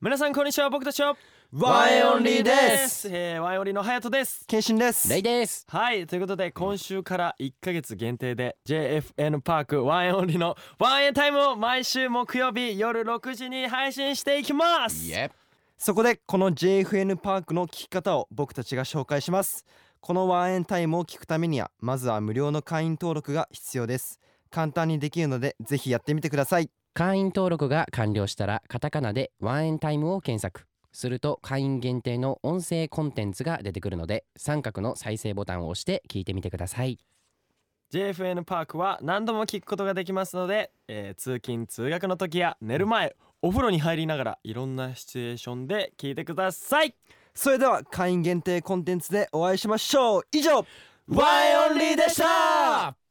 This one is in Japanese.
皆さんこんにちは。僕たちはワンエンオンリーです。 ワンエンオンリーの隼人です。 謙信です。 レイです。 はい、ということで今週から1ヶ月限定で JFN パークワンエンオンリーのワンエンタイムを毎週木曜日夜6時に配信していきます。 そこでこの JFN パークの聞き方を僕たちが紹介します。このワンエンタイムを聞くためにはまずは無料の会員登録が必要です。簡単にできるのでぜひやってみてください。 会員登録が完了したらカタカナでワンエンタイムを検索すると会員限定の音声コンテンツが出てくるので三角の再生ボタンを押して聞いてみてください。 JFN パークは何度も聞くことができますので、通勤通学の時や寝る前、お風呂に入りながらいろんなシチュエーションで聞いてください。 それでは会員限定コンテンツでお会いしましょう。以上ワンエンオンリーでした。